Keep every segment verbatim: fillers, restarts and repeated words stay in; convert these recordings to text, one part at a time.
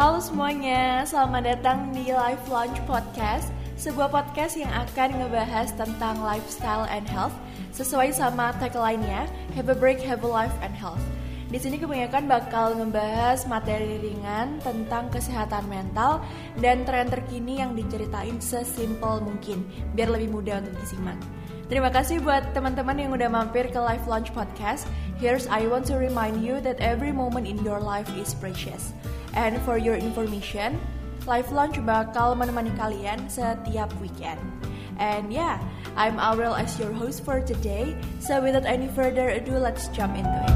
Halo semuanya, selamat datang di Life Launch Podcast, sebuah podcast yang akan ngebahas tentang lifestyle and health sesuai sama tagline-nya, Have a break, have a life and health. Di sini kebanyakan bakal ngebahas materi ringan tentang kesehatan mental dan tren terkini yang diceritain sesimpel mungkin, biar lebih mudah untuk disimak. Terima kasih buat teman-teman yang udah mampir ke Life Launch Podcast. Here's I want to remind you that every moment in your life is precious. And for your information, Life Launch bakal menemani kalian setiap weekend. And yeah, I'm Aurel as your host for today. So without any further ado, let's jump into it.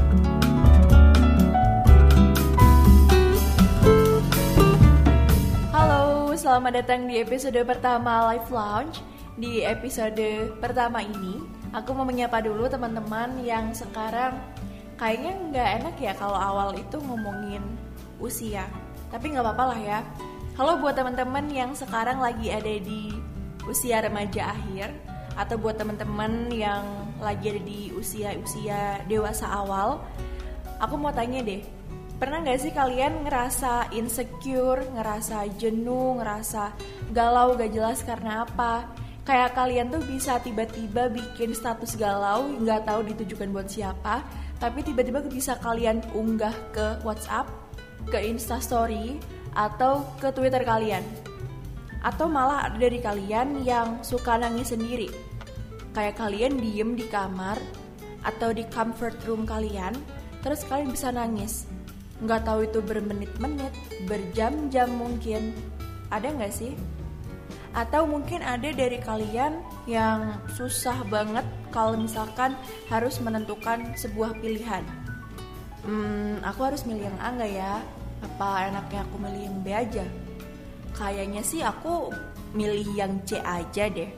Halo, selamat datang di episode pertama Life Launch. Di episode pertama ini, aku mau menyapa dulu teman-teman yang sekarang kayaknya nggak enak ya kalau awal itu ngomongin usia. Tapi nggak apa-apa lah ya. Halo buat teman-teman yang sekarang lagi ada di usia remaja akhir, atau buat teman-teman yang lagi ada di usia-usia dewasa awal. Aku mau tanya deh, pernah gak sih kalian ngerasa insecure, ngerasa jenuh, ngerasa galau gak jelas karena apa? Kayak kalian tuh bisa tiba-tiba bikin status galau, gak tahu ditujukan buat siapa, tapi tiba-tiba bisa kalian unggah ke WhatsApp, ke Instastory, atau ke Twitter kalian. Atau malah ada dari kalian yang suka nangis sendiri. Kayak kalian diem di kamar atau di comfort room kalian, terus kalian bisa nangis. Gak tahu itu bermenit-menit, berjam-jam mungkin. Ada gak sih? Atau mungkin ada dari kalian yang susah banget kalau misalkan harus menentukan sebuah pilihan. Hmm, aku harus milih yang A gak ya? Apa enaknya aku milih yang B aja? Kayaknya sih aku milih yang C aja deh.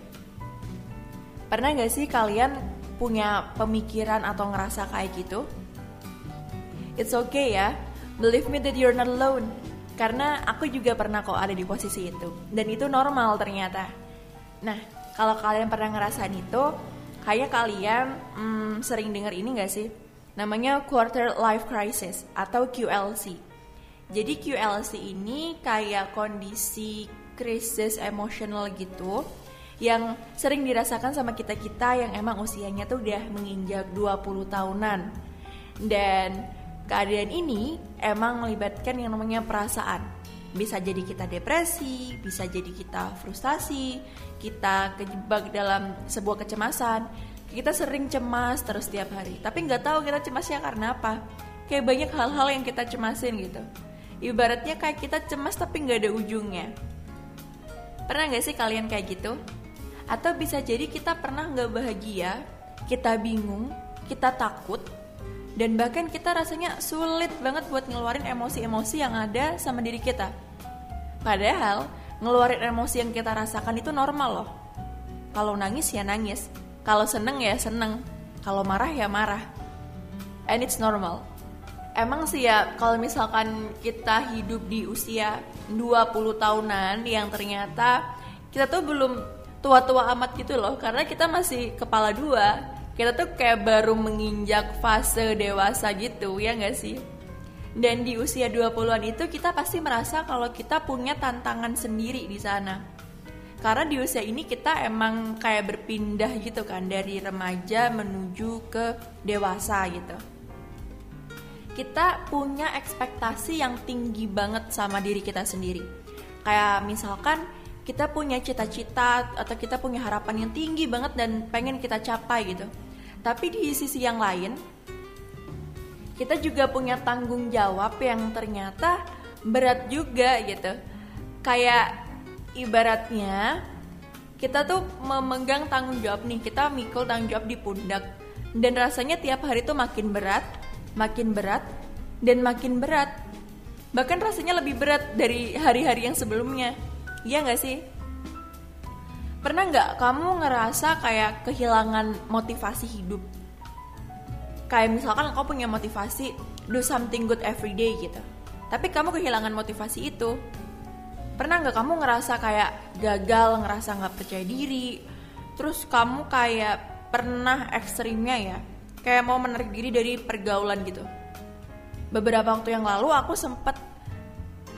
Pernah gak sih kalian punya pemikiran atau ngerasa kayak gitu? It's okay ya, believe me that you're not alone. Karena aku juga pernah kok ada di posisi itu. Dan itu normal ternyata. Nah, kalau kalian pernah ngerasain itu, kayak kalian hmm, sering denger ini gak sih? Namanya Quarter Life Crisis atau Q L C. Jadi Q L C ini kayak kondisi krisis emosional gitu, yang sering dirasakan sama kita-kita yang emang usianya tuh udah menginjak dua puluh tahunan. Dan keadaan ini emang melibatkan yang namanya perasaan. Bisa jadi kita depresi, bisa jadi kita frustasi, kita kejebak dalam sebuah kecemasan. Kita sering cemas terus setiap hari, tapi gak tahu kita cemasnya karena apa. Kayak banyak hal-hal yang kita cemasin gitu. Ibaratnya kayak kita cemas tapi gak ada ujungnya. Pernah gak sih kalian kayak gitu? Atau bisa jadi kita pernah gak bahagia, kita bingung, kita takut, dan bahkan kita rasanya sulit banget buat ngeluarin emosi-emosi yang ada sama diri kita. Padahal ngeluarin emosi yang kita rasakan itu normal loh. Kalau nangis ya nangis, kalau seneng ya seneng, kalau marah ya marah. And it's normal. Emang sih ya kalau misalkan kita hidup di usia dua puluh tahunan yang ternyata kita tuh belum tua-tua amat gitu loh, karena kita masih kepala dua. Kita tuh kayak baru menginjak fase dewasa gitu, ya gak sih? Dan di usia dua puluhan itu kita pasti merasa kalau kita punya tantangan sendiri di sana. Karena di usia ini kita emang kayak berpindah gitu kan, dari remaja menuju ke dewasa gitu. Kita punya ekspektasi yang tinggi banget sama diri kita sendiri. Kayak misalkan kita punya cita-cita atau kita punya harapan yang tinggi banget dan pengen kita capai gitu. Tapi di sisi yang lain, kita juga punya tanggung jawab yang ternyata berat juga gitu. Kayak ibaratnya kita tuh memegang tanggung jawab nih, kita mikul tanggung jawab di pundak. Dan rasanya tiap hari tuh makin berat, makin berat, dan makin berat. Bahkan rasanya lebih berat dari hari-hari yang sebelumnya. Iya gak sih? Pernah gak kamu ngerasa kayak kehilangan motivasi hidup? Kayak misalkan kamu punya motivasi do something good every day gitu, tapi kamu kehilangan motivasi itu. Pernah gak kamu ngerasa kayak gagal, ngerasa gak percaya diri? Terus kamu kayak pernah ekstrimnya ya, kayak mau menarik diri dari pergaulan gitu. Beberapa waktu yang lalu aku sempet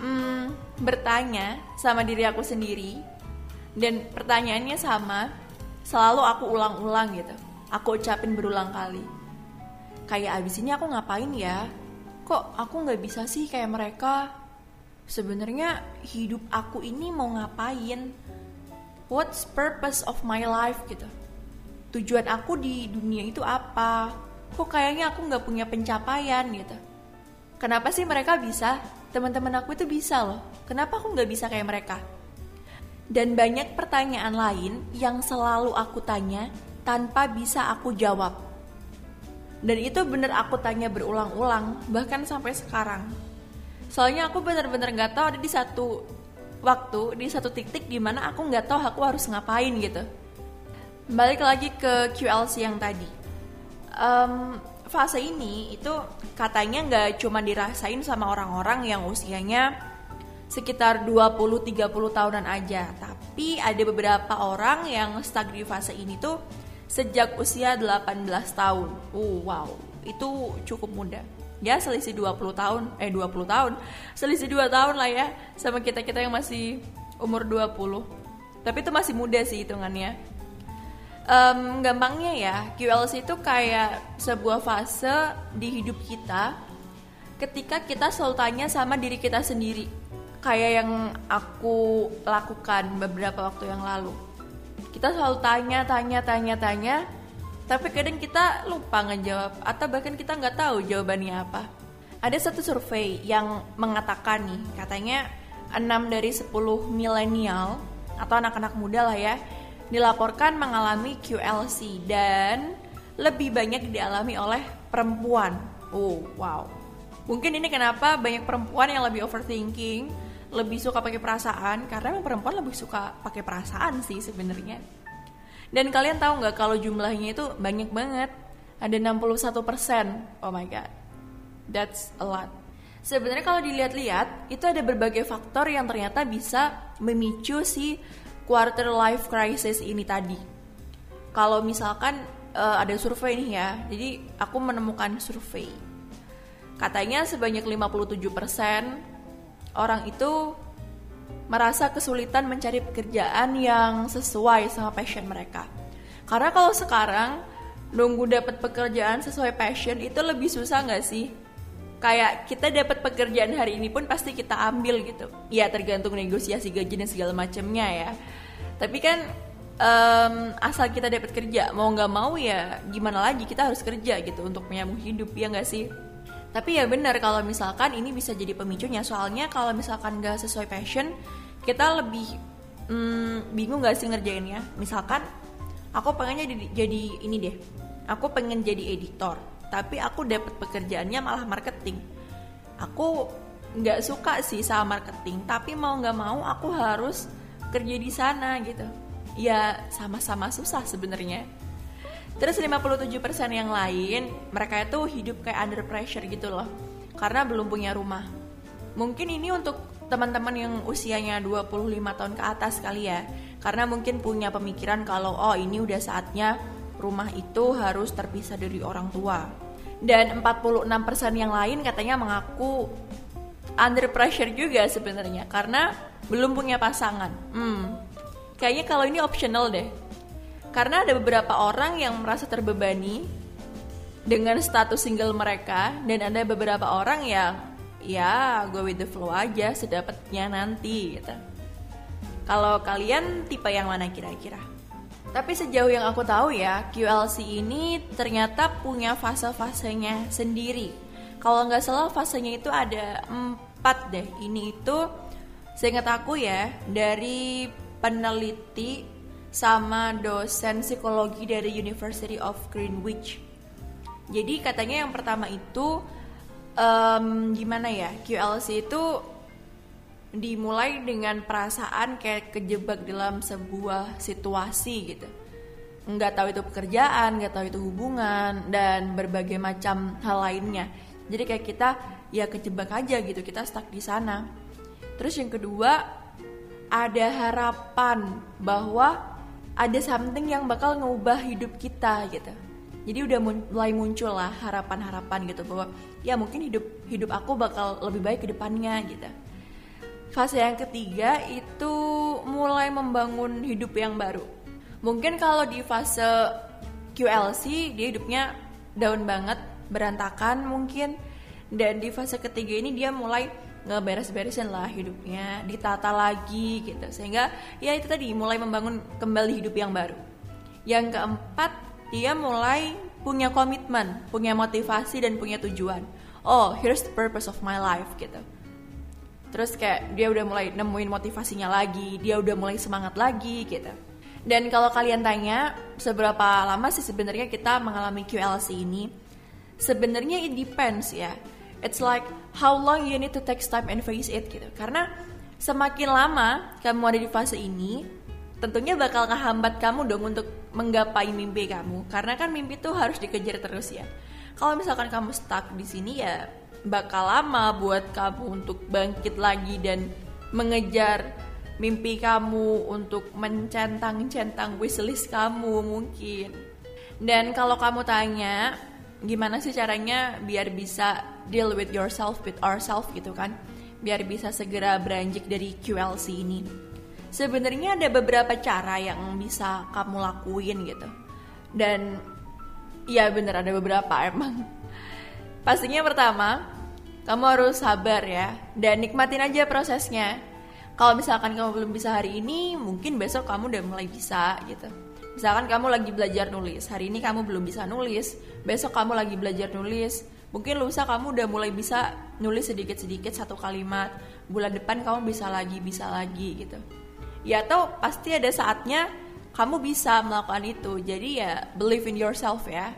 hmm, bertanya sama diri aku sendiri, dan pertanyaannya sama, selalu aku ulang-ulang gitu, aku ucapin berulang kali. Kayak abis ini aku ngapain ya? Kok aku nggak bisa sih kayak mereka? Sebenarnya hidup aku ini mau ngapain? What's purpose of my life gitu? Tujuan aku di dunia itu apa? Kok kayaknya aku nggak punya pencapaian gitu? Kenapa sih mereka bisa? Teman-teman aku itu bisa loh. Kenapa aku nggak bisa kayak mereka? Dan banyak pertanyaan lain yang selalu aku tanya tanpa bisa aku jawab. Dan itu bener aku tanya berulang-ulang, bahkan sampai sekarang. Soalnya aku bener-bener gak tahu ada di satu waktu, di satu titik dimana aku gak tahu aku harus ngapain gitu. Balik lagi ke Q L C yang tadi. Um, fase ini itu katanya gak cuma dirasain sama orang-orang yang usianya sekitar dua puluh sampai tiga puluh tahunan aja. Tapi ada beberapa orang yang stuck di fase ini tuh sejak usia delapan belas tahun. Oh, wow, itu cukup muda. Ya selisih dua puluh tahun, eh dua puluh tahun, selisih dua tahun lah ya sama kita-kita yang masih umur dua puluh. Tapi itu masih muda sih hitungannya. Um, gampangnya ya, Q L C itu kayak sebuah fase di hidup kita ketika kita selalu tanya sama diri kita sendiri. Kayak yang aku lakukan beberapa waktu yang lalu. Kita selalu tanya, tanya, tanya, tanya, tapi kadang kita lupa ngejawab atau bahkan kita nggak tahu jawabannya apa. Ada satu survei yang mengatakan nih, katanya enam dari sepuluh milenial atau anak-anak muda lah ya, dilaporkan mengalami Q L C dan lebih banyak dialami oleh perempuan. Oh, wow. Mungkin ini kenapa banyak perempuan yang lebih overthinking, lebih suka pakai perasaan, karena memang perempuan lebih suka pakai perasaan sih sebenarnya. Dan kalian tahu nggak kalau jumlahnya itu banyak banget, ada enam puluh satu persen. Oh my god, that's a lot. Sebenarnya kalau dilihat-lihat, itu ada berbagai faktor yang ternyata bisa memicu si quarter life crisis ini tadi. Kalau misalkan uh, ada survei nih ya, jadi aku menemukan survei. Katanya sebanyak lima puluh tujuh persen orang itu merasa kesulitan mencari pekerjaan yang sesuai sama passion mereka. Karena kalau sekarang nunggu dapat pekerjaan sesuai passion itu lebih susah nggak sih? Kayak kita dapat pekerjaan hari ini pun pasti kita ambil gitu. Ya tergantung negosiasi gaji dan segala macamnya ya. Tapi kan um, asal kita dapat kerja, mau nggak mau ya gimana lagi, kita harus kerja gitu untuk menyambung hidup, ya nggak sih? Tapi ya benar kalau misalkan ini bisa jadi pemicunya. Soalnya kalau misalkan gak sesuai passion, kita lebih hmm, bingung gak sih ngerjainnya. Misalkan aku pengennya jadi, jadi ini deh, aku pengen jadi editor, tapi aku dapat pekerjaannya malah marketing. Aku gak suka sih sama marketing, tapi mau gak mau aku harus kerja di sana gitu. Ya sama-sama susah sebenarnya. Terus lima puluh tujuh persen yang lain, mereka itu hidup kayak under pressure gitu loh, karena belum punya rumah. Mungkin ini untuk teman-teman yang usianya dua puluh lima tahun ke atas kali ya, karena mungkin punya pemikiran kalau oh ini udah saatnya rumah itu harus terpisah dari orang tua. Dan empat puluh enam persen yang lain katanya mengaku under pressure juga sebenarnya, karena belum punya pasangan. Hmm, kayaknya kalau ini optional deh. Karena ada beberapa orang yang merasa terbebani dengan status single mereka, dan ada beberapa orang yang ya go with the flow aja, sedapatnya nanti gitu. Kalau kalian tipe yang mana kira-kira? Tapi sejauh yang aku tahu ya, Q L C ini ternyata punya fase-fasenya sendiri. Kalau nggak salah fasenya itu ada empat deh. Ini itu seingat aku ya, dari peneliti sama dosen psikologi dari University of Greenwich. Jadi katanya yang pertama itu um, gimana ya, Q L C itu dimulai dengan perasaan kayak kejebak dalam sebuah situasi gitu. Nggak tahu itu pekerjaan, nggak tahu itu hubungan, dan berbagai macam hal lainnya. Jadi kayak kita ya kejebak aja gitu, kita stuck di sana. Terus yang kedua, ada harapan bahwa ada something yang bakal ngubah hidup kita gitu. Jadi udah mulai muncul lah harapan-harapan gitu, bahwa ya mungkin hidup hidup aku bakal lebih baik ke depannya gitu. Fase yang ketiga itu mulai membangun hidup yang baru. Mungkin kalau di fase Q L C dia hidupnya down banget, berantakan mungkin. Dan di fase ketiga ini dia mulai ngeberes-beresin lah hidupnya, ditata lagi gitu. Sehingga ya itu tadi, mulai membangun kembali hidup yang baru. Yang keempat, dia mulai punya komitmen, punya motivasi dan punya tujuan. Oh, here's the purpose of my life gitu. Terus kayak dia udah mulai nemuin motivasinya lagi, dia udah mulai semangat lagi gitu. Dan kalau kalian tanya seberapa lama sih sebenarnya kita mengalami Q L C ini, sebenarnya it depends ya. It's like how long you need to take time and face it gitu. Karena semakin lama kamu ada di fase ini, tentunya bakal kehambat kamu dong untuk menggapai mimpi kamu. Karena kan mimpi tuh harus dikejar terus ya. Kalau misalkan kamu stuck di sini ya bakal lama buat kamu untuk bangkit lagi dan mengejar mimpi kamu, untuk mencentang-centang wishlist kamu mungkin. Dan kalau kamu tanya gimana sih caranya biar bisa deal with yourself, with ourselves gitu kan, biar bisa segera beranjak dari Q L C ini, sebenarnya ada beberapa cara yang bisa kamu lakuin gitu. Dan ya bener ada beberapa emang. Pastinya pertama, kamu harus sabar ya, dan nikmatin aja prosesnya. Kalau misalkan kamu belum bisa hari ini, mungkin besok kamu udah mulai bisa gitu. Misalkan kamu lagi belajar nulis, hari ini kamu belum bisa nulis, besok kamu lagi belajar nulis, mungkin lusa kamu udah mulai bisa nulis sedikit-sedikit satu kalimat, bulan depan kamu bisa lagi, bisa lagi gitu. Ya atau pasti ada saatnya kamu bisa melakukan itu, jadi ya believe in yourself ya.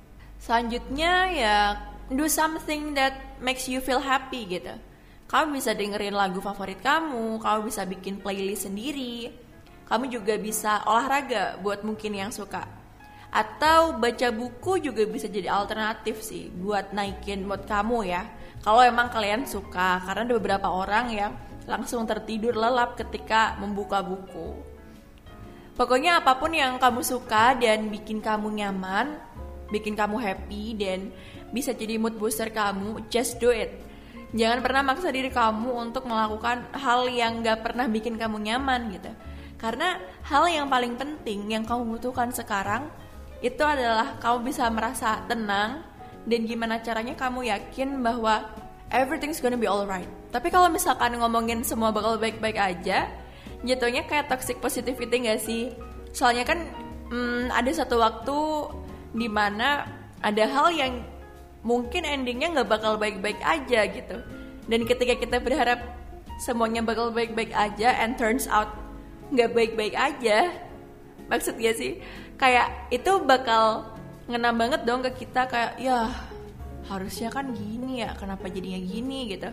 Selanjutnya ya do something that makes you feel happy gitu. Kamu bisa dengerin lagu favorit kamu, kamu bisa bikin playlist sendiri, kamu juga bisa olahraga buat mungkin yang suka. Atau baca buku juga bisa jadi alternatif sih buat naikin mood kamu ya. Kalau emang kalian suka, karena ada beberapa orang yang langsung tertidur lelap ketika membuka buku. Pokoknya apapun yang kamu suka dan bikin kamu nyaman, bikin kamu happy dan bisa jadi mood booster kamu, just do it. Jangan pernah maksa diri kamu untuk melakukan hal yang gak pernah bikin kamu nyaman gitu. Karena hal yang paling penting yang kamu butuhkan sekarang itu adalah kamu bisa merasa tenang dan gimana caranya kamu yakin bahwa everything's gonna be alright. Tapi kalau misalkan ngomongin semua bakal baik-baik aja, jatuhnya kayak toxic positivity gak sih? Soalnya kan hmm, ada satu waktu dimana ada hal yang mungkin endingnya gak bakal baik-baik aja gitu. Dan ketika kita berharap semuanya bakal baik-baik aja and turns out gak baik-baik aja, maksudnya sih kayak itu bakal ngena banget dong ke kita, kayak ya harusnya kan gini ya, kenapa jadinya gini gitu.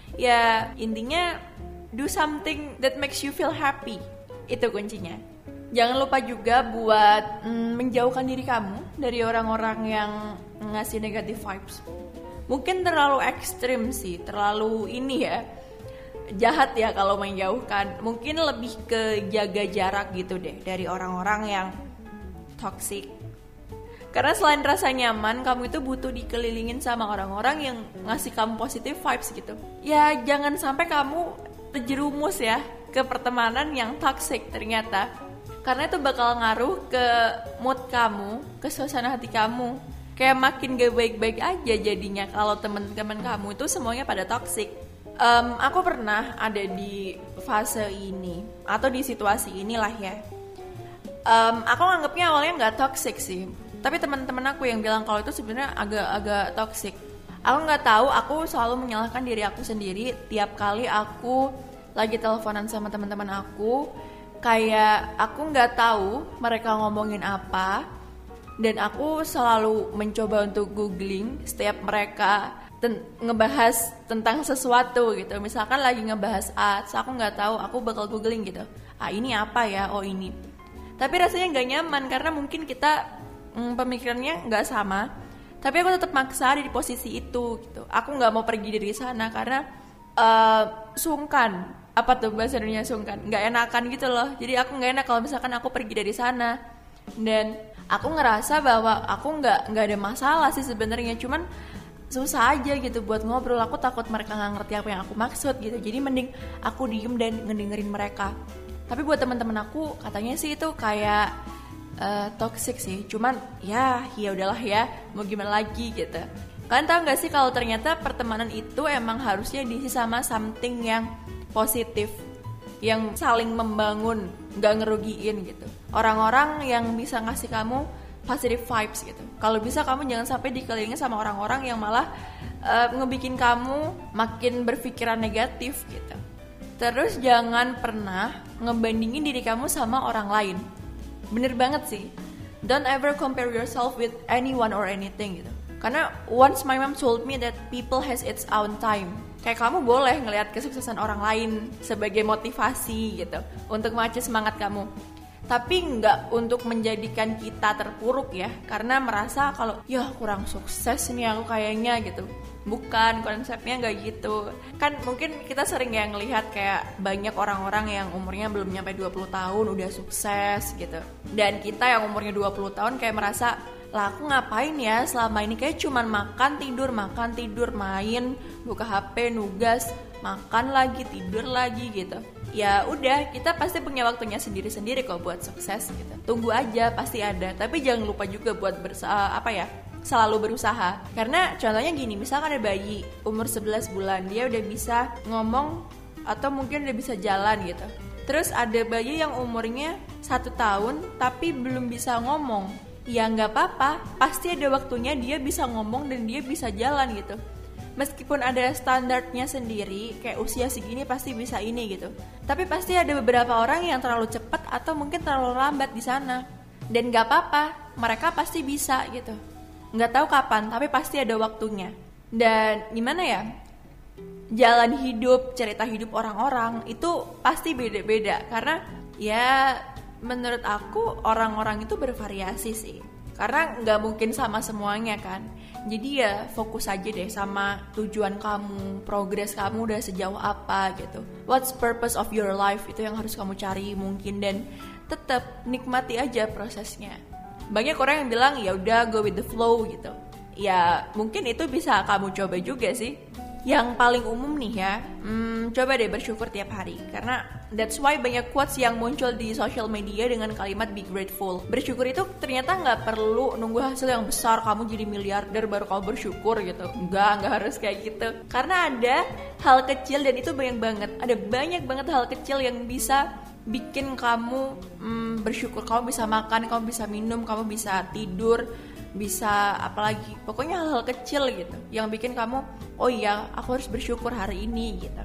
Ya intinya do something that makes you feel happy, itu kuncinya. Jangan lupa juga buat mm, menjauhkan diri kamu dari orang-orang yang ngasih negative vibes. Mungkin terlalu ekstrim sih, terlalu ini ya, jahat ya kalau menjauhkan. Mungkin lebih ke jaga jarak gitu deh dari orang-orang yang toxic. Karena selain rasa nyaman, kamu itu butuh dikelilingin sama orang-orang yang ngasih kamu positive vibes gitu. Ya jangan sampai kamu terjerumus ya ke pertemanan yang toxic ternyata. Karena itu bakal ngaruh ke mood kamu, ke suasana hati kamu. Kayak makin gak baik-baik aja jadinya kalau teman-teman kamu itu semuanya pada toxic. Um, aku pernah ada di fase ini atau di situasi inilah ya. Um, aku anggapnya awalnya nggak toxic sih, tapi teman-teman aku yang bilang kalau itu sebenarnya agak-agak toxic. Aku nggak tahu, aku selalu menyalahkan diri aku sendiri tiap kali aku lagi teleponan sama teman-teman aku. Kayak aku nggak tahu mereka ngomongin apa, dan aku selalu mencoba untuk googling setiap mereka ten- ngebahas tentang sesuatu gitu. Misalkan lagi ngebahas A, so aku nggak tahu, aku bakal googling gitu. Ah ini apa ya? Oh ini. Tapi rasanya nggak nyaman karena mungkin kita mm, pemikirannya nggak sama. Tapi aku tetap maksa di posisi itu gitu. Aku nggak mau pergi dari sana karena uh, sungkan. Apa tuh bahasa Indonesia sungkan? Nggak enakan gitu loh. Jadi aku nggak enak kalau misalkan aku pergi dari sana. Dan aku ngerasa bahwa aku nggak nggak ada masalah sih sebenarnya. Cuman susah aja gitu buat ngobrol. Aku takut mereka nggak ngerti apa yang aku maksud gitu, jadi mending aku diem dan ngedengerin mereka. Tapi buat teman-teman aku katanya sih itu kayak uh, toxic sih, cuman ya ya udahlah ya, mau gimana lagi gitu. Kalian tahu nggak sih kalau ternyata pertemanan itu emang harusnya diisi sama something yang positif, yang saling membangun, nggak ngerugiin gitu. Orang-orang yang bisa ngasih kamu positive vibes gitu. Kalau bisa kamu jangan sampai dikelilingi sama orang-orang yang malah uh, ngebikin kamu makin berpikiran negatif gitu. Terus jangan pernah ngebandingin diri kamu sama orang lain. Bener banget sih. Don't ever compare yourself with anyone or anything gitu. Karena once my mom told me that people has its own time. Kayak kamu boleh ngelihat kesuksesan orang lain sebagai motivasi gitu untuk memacu semangat kamu. Tapi nggak untuk menjadikan kita terpuruk ya, karena merasa kalau ya kurang sukses nih aku kayaknya gitu. Bukan, konsepnya nggak gitu. Kan mungkin kita sering ya ngelihat kayak banyak orang-orang yang umurnya belum nyampe dua puluh tahun udah sukses gitu. Dan kita yang umurnya dua puluh tahun kayak merasa, lah aku ngapain ya selama ini, kayak cuman makan tidur makan tidur main, buka H P, nugas, makan lagi tidur lagi gitu. Ya udah, kita pasti punya waktunya sendiri-sendiri kok buat sukses gitu. Tunggu aja, pasti ada. Tapi jangan lupa juga buat berusaha, apa ya, selalu berusaha. Karena contohnya gini, misalkan ada bayi umur sebelas bulan, dia udah bisa ngomong atau mungkin udah bisa jalan gitu. Terus ada bayi yang umurnya satu tahun tapi belum bisa ngomong. Ya nggak apa-apa, pasti ada waktunya dia bisa ngomong dan dia bisa jalan gitu. Meskipun ada standarnya sendiri, kayak usia segini pasti bisa ini gitu. Tapi pasti ada beberapa orang yang terlalu cepat atau mungkin terlalu lambat di sana. Dan nggak apa-apa, mereka pasti bisa gitu. Nggak tahu kapan, tapi pasti ada waktunya. Dan gimana ya? Jalan hidup, cerita hidup orang-orang itu pasti beda-beda. Karena ya menurut aku orang-orang itu bervariasi sih. Karena nggak mungkin sama semuanya kan. Jadi ya fokus aja deh sama tujuan kamu, progres kamu udah sejauh apa gitu. What's purpose of your life, itu yang harus kamu cari mungkin. Dan tetap nikmati aja prosesnya. Banyak orang yang bilang ya udah go with the flow gitu. Ya mungkin itu bisa kamu coba juga sih. Yang paling umum nih ya, hmm, coba deh bersyukur tiap hari. Karena that's why banyak quotes yang muncul di social media dengan kalimat be grateful. Bersyukur itu ternyata gak perlu nunggu hasil yang besar, kamu jadi miliarder baru kamu bersyukur gitu. Enggak, gak harus kayak gitu. Karena ada hal kecil, dan itu banyak banget. Ada banyak banget hal kecil yang bisa bikin kamu hmm, bersyukur. Kamu bisa makan, kamu bisa minum, kamu bisa tidur, bisa apalagi, pokoknya hal-hal kecil gitu yang bikin kamu, oh iya aku harus bersyukur hari ini gitu.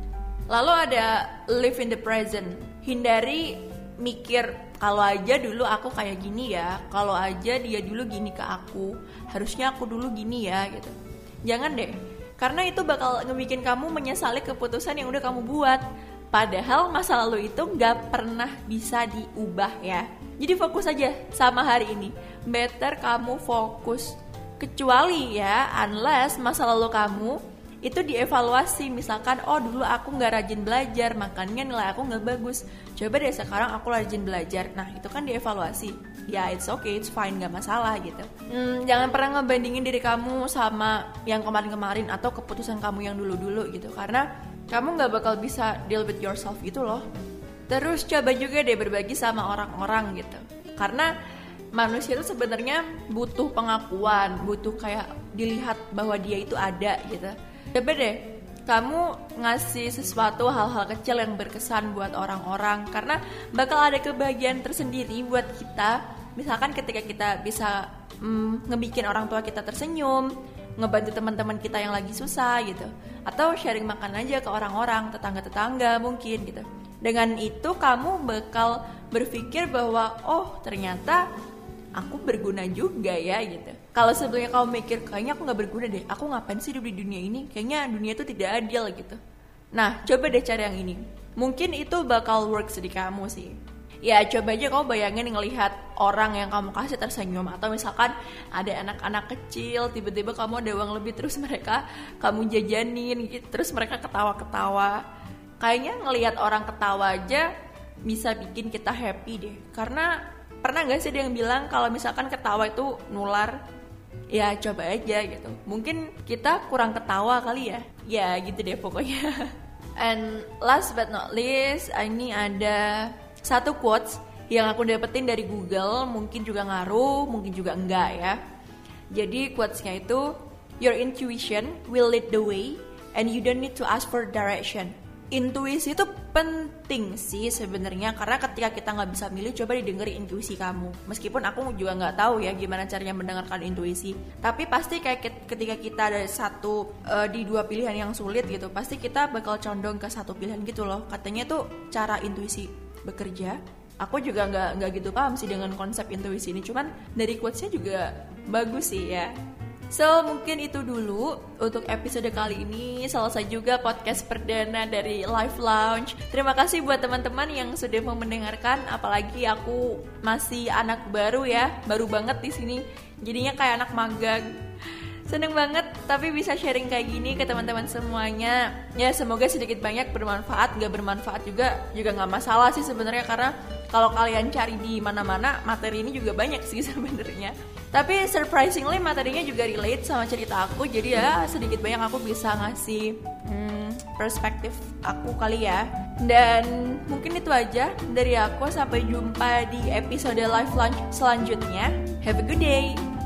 Lalu ada live in the present, hindari mikir kalau aja dulu aku kayak gini ya, kalau aja dia dulu gini ke aku, harusnya aku dulu gini ya gitu. Jangan deh, karena itu bakal ngebikin kamu menyesali keputusan yang udah kamu buat. Padahal masa lalu itu gak pernah bisa diubah ya. Jadi fokus aja sama hari ini. Better kamu fokus. Kecuali ya, unless masa lalu kamu itu dievaluasi. Misalkan, oh dulu aku gak rajin belajar, makanya nilai aku gak bagus. Coba deh sekarang aku rajin belajar. Nah itu kan dievaluasi. Ya it's okay, it's fine, gak masalah gitu. hmm, Jangan pernah ngebandingin diri kamu sama yang kemarin-kemarin atau keputusan kamu yang dulu-dulu gitu. Karena kamu gak bakal bisa deal with yourself gitu loh. Terus coba juga deh berbagi sama orang-orang gitu. Karena manusia itu sebenarnya butuh pengakuan, butuh kayak dilihat bahwa dia itu ada gitu. Coba deh kamu ngasih sesuatu, hal-hal kecil yang berkesan buat orang-orang. Karena bakal ada kebahagiaan tersendiri buat kita. Misalkan ketika kita bisa mm, ngebikin orang tua kita tersenyum, ngebantu teman-teman kita yang lagi susah gitu, atau sharing makan aja ke orang-orang, tetangga-tetangga mungkin gitu. Dengan itu kamu bakal berpikir bahwa oh ternyata aku berguna juga ya gitu. Kalau sebelumnya kamu mikir kayaknya aku gak berguna deh, aku ngapain sih hidup di dunia ini, kayaknya dunia itu tidak adil gitu. Nah coba deh cari yang ini, mungkin itu bakal works di kamu sih. Ya coba aja kamu bayangin ngelihat orang yang kamu kasih tersenyum. Atau misalkan ada anak-anak kecil, tiba-tiba kamu ada uang lebih, terus mereka kamu jajanin gitu, terus mereka ketawa-ketawa. Kayaknya ngelihat orang ketawa aja bisa bikin kita happy deh. Karena pernah gak sih dia yang bilang kalau misalkan ketawa itu nular? ya coba aja gitu. Mungkin kita kurang ketawa kali ya. Ya gitu deh pokoknya. And last but not least, ini ada satu quotes yang aku dapetin dari Google. Mungkin juga ngaruh, mungkin juga enggak ya. Jadi quotesnya itu, your intuition will lead the way and you don't need to ask for direction. Intuisi itu penting sih sebenarnya, karena ketika kita nggak bisa milih, coba didengerin intuisi kamu. Meskipun aku juga nggak tahu ya gimana caranya mendengarkan intuisi, tapi pasti kayak ketika kita ada satu uh, di dua pilihan yang sulit gitu, pasti kita bakal condong ke satu pilihan gitu loh. Katanya tuh cara intuisi bekerja. Aku juga nggak nggak gitu paham sih dengan konsep intuisi ini, cuman dari quotesnya juga bagus sih ya. So, mungkin itu dulu untuk episode kali ini. Selesai juga podcast perdana dari Live Lounge. Terima kasih buat teman-teman yang sudah mau mendengarkan. Apalagi aku masih anak baru ya, baru banget di sini. Jadinya kayak anak magang. Seneng banget, tapi bisa sharing kayak gini ke teman-teman semuanya. Ya, semoga sedikit banyak bermanfaat. Gak bermanfaat juga, juga gak masalah sih sebenarnya, karena kalau kalian cari di mana-mana, materi ini juga banyak sih sebenarnya. Tapi surprisingly materinya juga relate sama cerita aku. Jadi ya sedikit banyak aku bisa ngasih hmm, perspektif aku kali ya. Dan mungkin itu aja dari aku. Sampai jumpa di episode Live Lunch selanjutnya. Have a good day.